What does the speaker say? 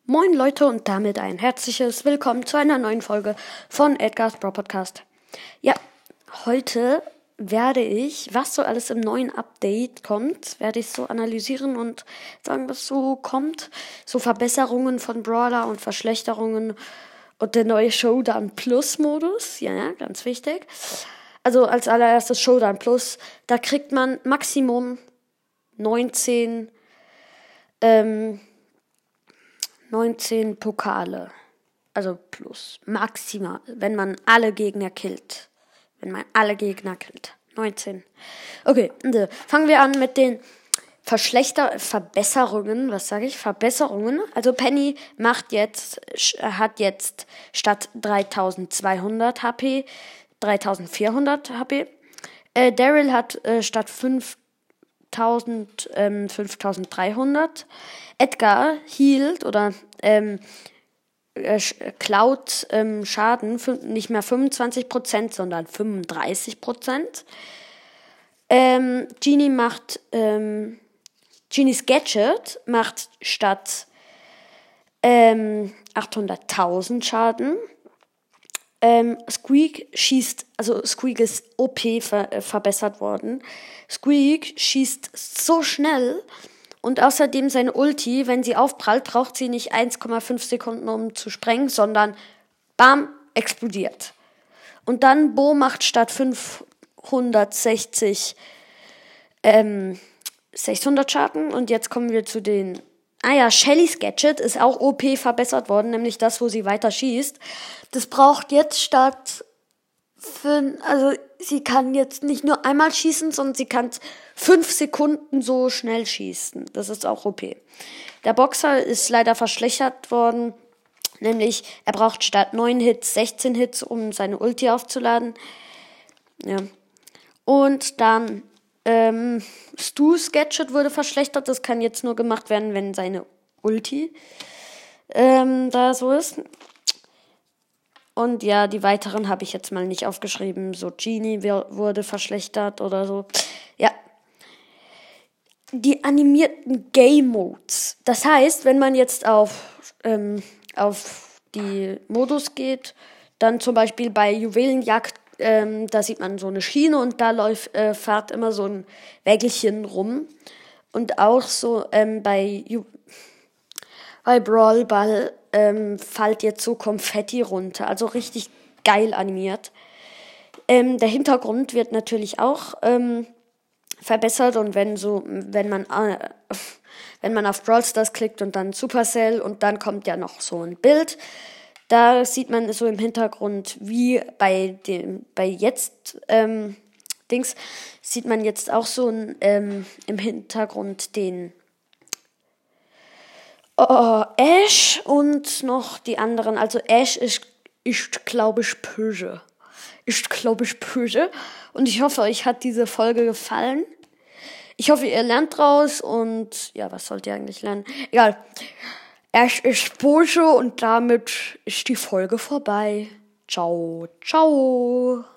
Moin Leute und damit ein herzliches Willkommen zu einer neuen Folge von Edgar's Brawl Podcast. Ja, heute werde ich, was so alles im neuen Update kommt, werde ich so analysieren und sagen, was so kommt. So Verbesserungen von Brawler und Verschlechterungen und der neue Showdown Plus Modus. Ja, ganz wichtig. Also als allererstes Showdown Plus, da kriegt man Maximum 19 Pokale. Also plus. Maximal. Wenn man alle Gegner killt. 19. Okay, also fangen wir an mit den Verbesserungen. Verbesserungen. Also Penny hat jetzt statt 3200 HP 3400 HP. Daryl hat statt 5300. Edgar healt oder klaut Schaden nicht mehr 25%, sondern 35%. Genies Gadget macht statt 800.000 Schaden. Squeak ist OP verbessert worden. Squeak schießt so schnell und außerdem seine Ulti, wenn sie aufprallt, braucht sie nicht 1,5 Sekunden, um zu sprengen, sondern bam, explodiert. Und dann Bo macht statt 560 600 Schaden. Und jetzt kommen wir zu den... Shellys Gadget ist auch OP verbessert worden, nämlich das, wo sie weiter schießt. Das braucht jetzt sie kann jetzt nicht nur einmal schießen, sondern sie kann 5 Sekunden so schnell schießen. Das ist auch OP. Der Boxer ist leider verschlechtert worden, nämlich er braucht statt 9 Hits 16 Hits, um seine Ulti aufzuladen. Ja. Und dann Stu's Gadget wurde verschlechtert. Das kann jetzt nur gemacht werden, wenn seine Ulti da so ist. Und ja, die weiteren habe ich jetzt mal nicht aufgeschrieben. So Genie wurde verschlechtert oder so. Ja. Die animierten Game Modes. Das heißt, wenn man jetzt auf die Modus geht, dann zum Beispiel bei Juwelenjagd, da sieht man so eine Schiene und da fährt immer so ein Wägelchen rum. Und auch so bei Brawl Ball fällt jetzt so Konfetti runter. Also richtig geil animiert. Der Hintergrund wird natürlich auch verbessert und wenn man auf Brawl Stars klickt und dann Supercell und dann kommt ja noch so ein Bild. Da sieht man so im Hintergrund, wie bei jetzt sieht man jetzt auch so im Hintergrund den Ash und noch die anderen. Also Ash ist glaube ich, böse. Und ich hoffe, euch hat diese Folge gefallen. Ich hoffe, ihr lernt draus und ja, was sollt ihr eigentlich lernen? Egal. Ash ist böse und damit ist die Folge vorbei. Ciao, ciao.